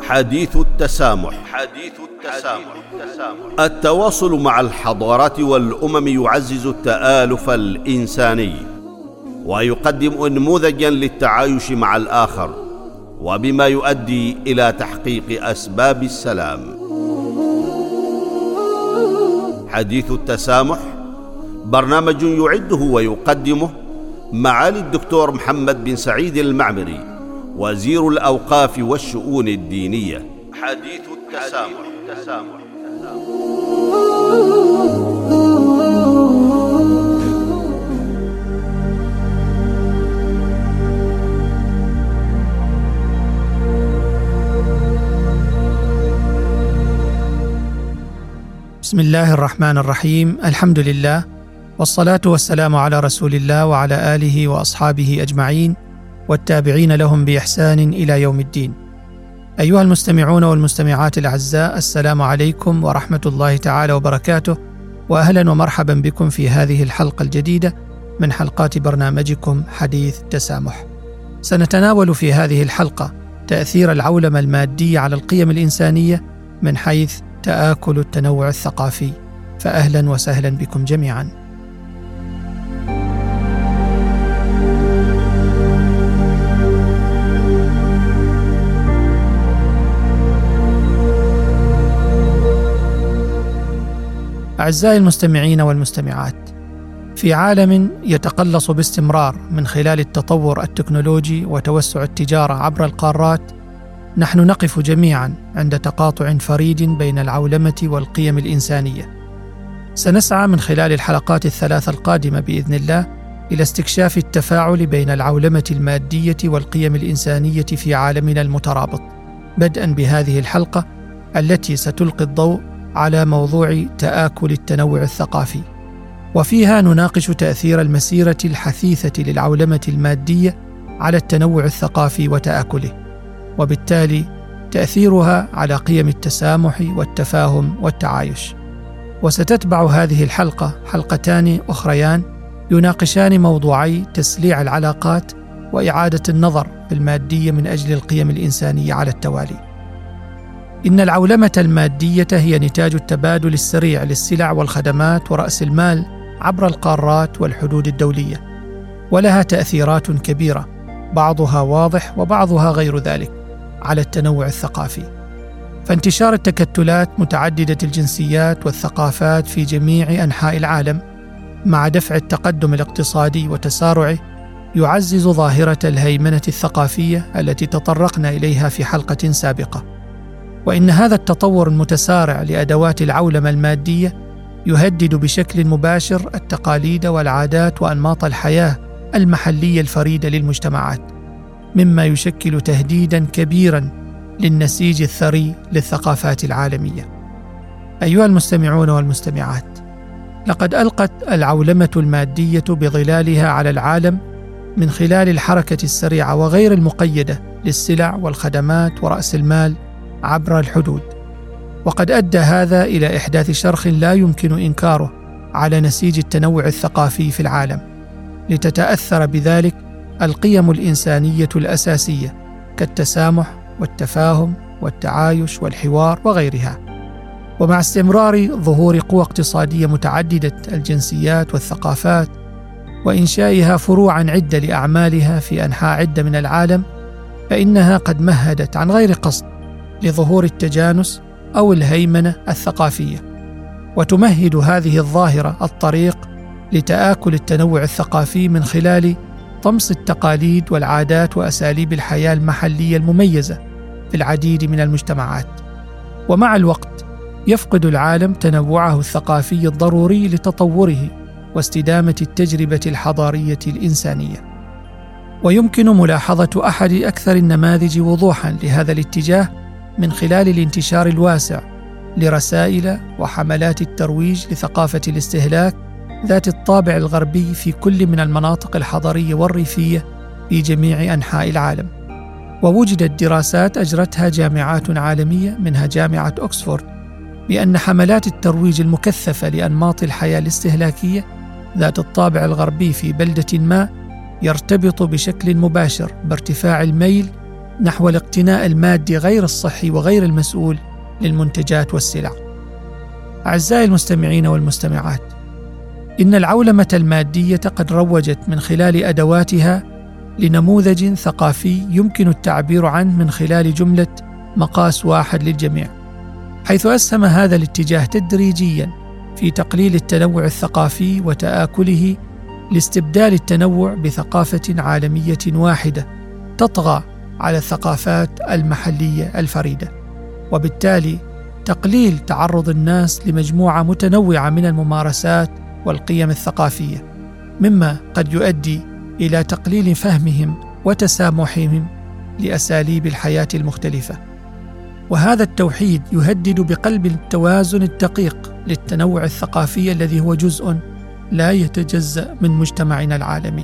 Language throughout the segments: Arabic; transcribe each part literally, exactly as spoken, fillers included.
حديث التسامح. حديث التسامح. التواصل مع الحضارات والأمم يعزز التآلف الإنساني ويقدم نموذجا للتعايش مع الآخر، وبما يؤدي إلى تحقيق أسباب السلام. حديث التسامح برنامج يعده ويقدمه معالي الدكتور محمد بن سعيد المعمري، وزير الأوقاف والشؤون الدينية. حديث التسامح. بسم الله الرحمن الرحيم. الحمد لله، والصلاة والسلام على رسول الله وعلى آله وأصحابه أجمعين والتابعين لهم بإحسان إلى يوم الدين. أيها المستمعون والمستمعات الأعزاء، السلام عليكم ورحمة الله تعالى وبركاته، وأهلا ومرحبا بكم في هذه الحلقة الجديدة من حلقات برنامجكم حديث التسامح. سنتناول في هذه الحلقة تأثير العولمة المادية على القيم الإنسانية من حيث تآكل التنوع الثقافي، فأهلا وسهلا بكم جميعا. أعزائي المستمعين والمستمعات، في عالم يتقلص باستمرار من خلال التطور التكنولوجي وتوسع التجارة عبر القارات، نحن نقف جميعا عند تقاطع فريد بين العولمة والقيم الإنسانية. سنسعى من خلال الحلقات الثلاث القادمة بإذن الله إلى استكشاف التفاعل بين العولمة المادية والقيم الإنسانية في عالمنا المترابط، بدءا بهذه الحلقة التي ستلقي الضوء على موضوع تآكل التنوع الثقافي، وفيها نناقش تأثير المسيرة الحثيثة للعولمة المادية على التنوع الثقافي وتآكله، وبالتالي تأثيرها على قيم التسامح والتفاهم والتعايش. وستتبع هذه الحلقة حلقتان أخريان يناقشان موضوعي تسليع العلاقات وإعادة النظر في المادية من أجل القيم الإنسانية على التوالي. إن العولمة المادية هي نتاج التبادل السريع للسلع والخدمات ورأس المال عبر القارات والحدود الدولية، ولها تأثيرات كبيرة، بعضها واضح وبعضها غير ذلك، على التنوع الثقافي. فانتشار التكتلات متعددة الجنسيات والثقافات في جميع أنحاء العالم مع دفع التقدم الاقتصادي وتسارعه يعزز ظاهرة الهيمنة الثقافية التي تطرقنا إليها في حلقة سابقة. وإن هذا التطور المتسارع لأدوات العولمة المادية يهدد بشكل مباشر التقاليد والعادات وأنماط الحياة المحلية الفريدة للمجتمعات، مما يشكل تهديداً كبيراً للنسيج الثري للثقافات العالمية. أيها المستمعون والمستمعات، لقد ألقت العولمة المادية بظلالها على العالم من خلال الحركة السريعة وغير المقيدة للسلع والخدمات ورأس المال عبر الحدود، وقد أدى هذا إلى إحداث شرخ لا يمكن إنكاره على نسيج التنوع الثقافي في العالم، لتتأثر بذلك القيم الإنسانية الأساسية كالتسامح والتفاهم والتعايش والحوار وغيرها. ومع استمرار ظهور قوى اقتصادية متعددة الجنسيات والثقافات وإنشائها فروعاً عدة لأعمالها في أنحاء عدة من العالم، فإنها قد مهدت عن غير قصد لظهور التجانس أو الهيمنة الثقافية، وتمهد هذه الظاهرة الطريق لتآكل التنوع الثقافي من خلال طمس التقاليد والعادات وأساليب الحياة المحلية المميزة في العديد من المجتمعات. ومع الوقت يفقد العالم تنوعه الثقافي الضروري لتطوره واستدامة التجربة الحضارية الإنسانية. ويمكن ملاحظة أحد أكثر النماذج وضوحاً لهذا الاتجاه من خلال الانتشار الواسع لرسائل وحملات الترويج لثقافة الاستهلاك ذات الطابع الغربي في كل من المناطق الحضرية والريفية في جميع أنحاء العالم. ووجدت دراسات أجرتها جامعات عالمية منها جامعة أكسفورد بأن حملات الترويج المكثفة لأنماط الحياة الاستهلاكية ذات الطابع الغربي في بلدة ما يرتبط بشكل مباشر بارتفاع الميل نحو الاقتناء المادي غير الصحي وغير المسؤول للمنتجات والسلع. أعزائي المستمعين والمستمعات، إن العولمة المادية قد روجت من خلال أدواتها لنموذج ثقافي يمكن التعبير عنه من خلال جملة مقاس واحد للجميع، حيث أسهم هذا الاتجاه تدريجياً في تقليل التنوع الثقافي وتآكله لاستبدال التنوع بثقافة عالمية واحدة تطغى على الثقافات المحلية الفريدة، وبالتالي تقليل تعرض الناس لمجموعة متنوعة من الممارسات والقيم الثقافية، مما قد يؤدي إلى تقليل فهمهم وتسامحهم لأساليب الحياة المختلفة. وهذا التوحيد يهدد بقلب التوازن الدقيق للتنوع الثقافي الذي هو جزء لا يتجزأ من مجتمعنا العالمي.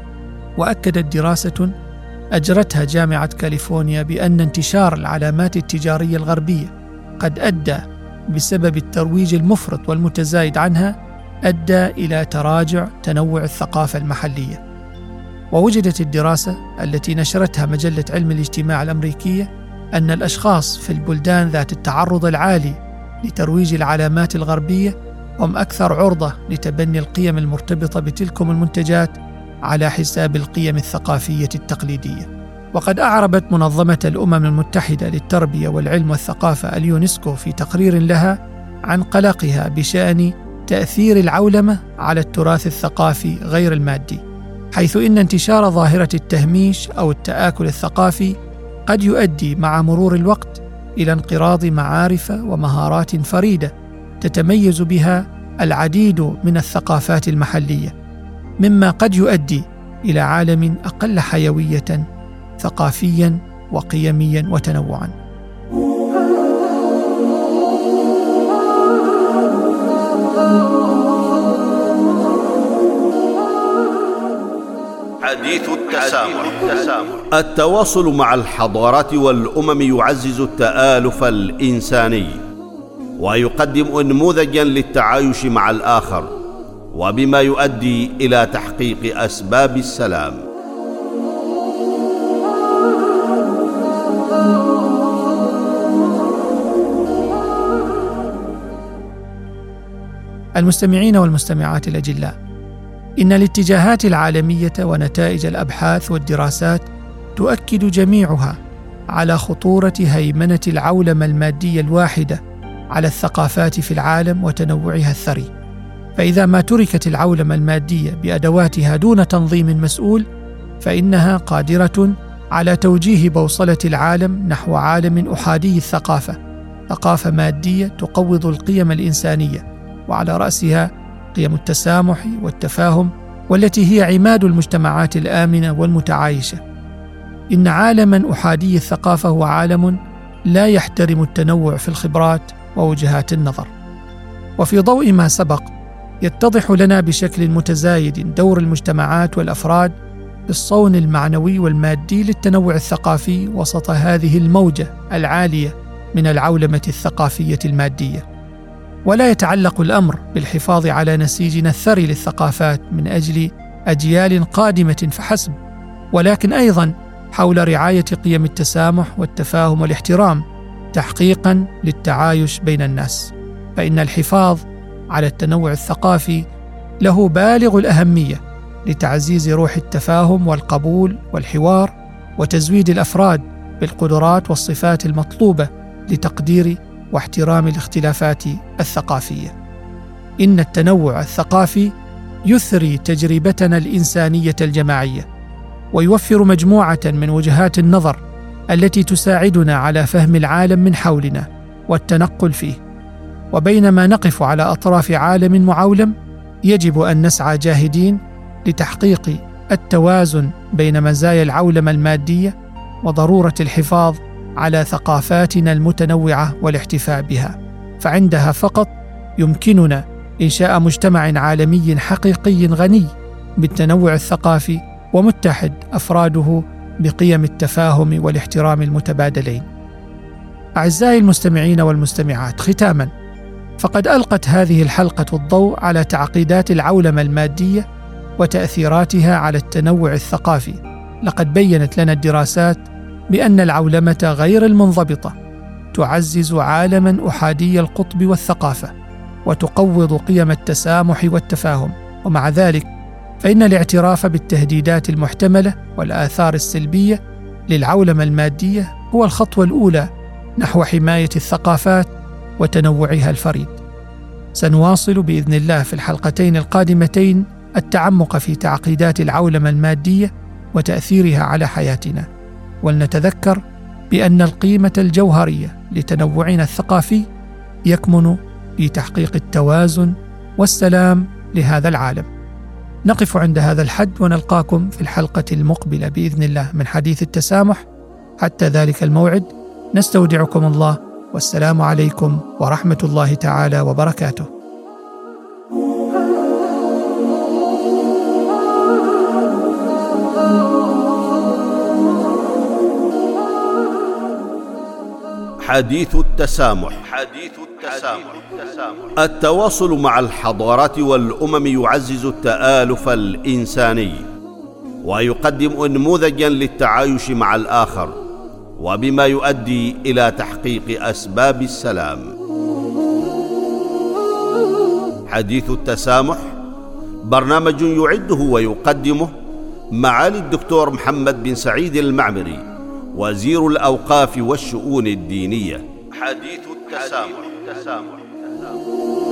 وأكدت دراسة أجرتها جامعة كاليفورنيا بأن انتشار العلامات التجارية الغربية قد أدى بسبب الترويج المفرط والمتزايد عنها أدى إلى تراجع تنوع الثقافة المحلية. ووجدت الدراسة التي نشرتها مجلة علم الاجتماع الأمريكية أن الأشخاص في البلدان ذات التعرض العالي لترويج العلامات الغربية هم أكثر عرضة لتبني القيم المرتبطة بتلكم المنتجات على حساب القيم الثقافية التقليدية. وقد أعربت منظمة الأمم المتحدة للتربية والعلم والثقافة اليونسكو في تقرير لها عن قلقها بشأن تأثير العولمة على التراث الثقافي غير المادي، حيث إن انتشار ظاهرة التهميش أو التآكل الثقافي قد يؤدي مع مرور الوقت إلى انقراض معارف ومهارات فريدة تتميز بها العديد من الثقافات المحلية، مما قد يؤدي إلى عالم أقل حيوية ثقافيا وقيميا وتنوعا. حديث التسامح. التواصل مع الحضارات والأمم يعزز التآلف الإنساني ويقدم نموذجا للتعايش مع الآخر، وبما يؤدي إلى تحقيق أسباب السلام. المستمعين والمستمعات الأجلاء، إن الاتجاهات العالمية ونتائج الأبحاث والدراسات تؤكد جميعها على خطورة هيمنة العولمة المادية الواحدة على الثقافات في العالم وتنوعها الثري. فإذا ما تركت العولمة المادية بأدواتها دون تنظيم مسؤول، فإنها قادرة على توجيه بوصلة العالم نحو عالم أحادي الثقافة، ثقافة مادية تقوض القيم الإنسانية، وعلى رأسها قيم التسامح والتفاهم، والتي هي عماد المجتمعات الآمنة والمتعايشة. إن عالماً أحادي الثقافة هو عالم لا يحترم التنوع في الخبرات ووجهات النظر. وفي ضوء ما سبق، يتضح لنا بشكل متزايد دور المجتمعات والأفراد في الصون المعنوي والمادي للتنوع الثقافي وسط هذه الموجة العالية من العولمة الثقافية المادية. ولا يتعلق الأمر بالحفاظ على نسيجنا الثري للثقافات من أجل أجيال قادمة فحسب، ولكن أيضاً حول رعاية قيم التسامح والتفاهم والاحترام تحقيقاً للتعايش بين الناس. فإن الحفاظ على التنوع الثقافي له بالغ الأهمية لتعزيز روح التفاهم والقبول والحوار، وتزويد الأفراد بالقدرات والصفات المطلوبة لتقدير واحترام الاختلافات الثقافية. إن التنوع الثقافي يثري تجربتنا الإنسانية الجماعية، ويوفر مجموعة من وجهات النظر التي تساعدنا على فهم العالم من حولنا والتنقل فيه. وبينما نقف على أطراف عالم معولم، يجب أن نسعى جاهدين لتحقيق التوازن بين مزايا العولمة المادية وضرورة الحفاظ على ثقافاتنا المتنوعة والاحتفاء بها. فعندها فقط يمكننا إنشاء مجتمع عالمي حقيقي غني بالتنوع الثقافي ومتحد أفراده بقيم التفاهم والاحترام المتبادلين. أعزائي المستمعين والمستمعات، ختاماً، فقد ألقت هذه الحلقة الضوء على تعقيدات العولمة المادية وتأثيراتها على التنوع الثقافي. لقد بيّنت لنا الدراسات بأن العولمة غير المنضبطة تعزز عالماً أحادي القطب والثقافة، وتقوض قيم التسامح والتفاهم. ومع ذلك فإن الاعتراف بالتهديدات المحتملة والآثار السلبية للعولمة المادية هو الخطوة الأولى نحو حماية الثقافات وتنوعها الفريد. سنواصل بإذن الله في الحلقتين القادمتين التعمق في تعقيدات العولمة المادية وتأثيرها على حياتنا، ولنتذكر بأن القيمة الجوهرية لتنوعنا الثقافي يكمن في تحقيق التوازن والسلام لهذا العالم. نقف عند هذا الحد ونلقاكم في الحلقة المقبلة بإذن الله من حديث التسامح. حتى ذلك الموعد نستودعكم الله، والسلام عليكم ورحمة الله تعالى وبركاته. حديث التسامح. حديث التسامح. التواصل مع الحضارات والأمم يعزز التآلف الإنساني ويقدم نموذجاً للتعايش مع الآخر، وبما يؤدي إلى تحقيق أسباب السلام. حديث التسامح برنامج يعده ويقدمه معالي الدكتور محمد بن سعيد المعمري، وزير الأوقاف والشؤون الدينية. حديث التسامح.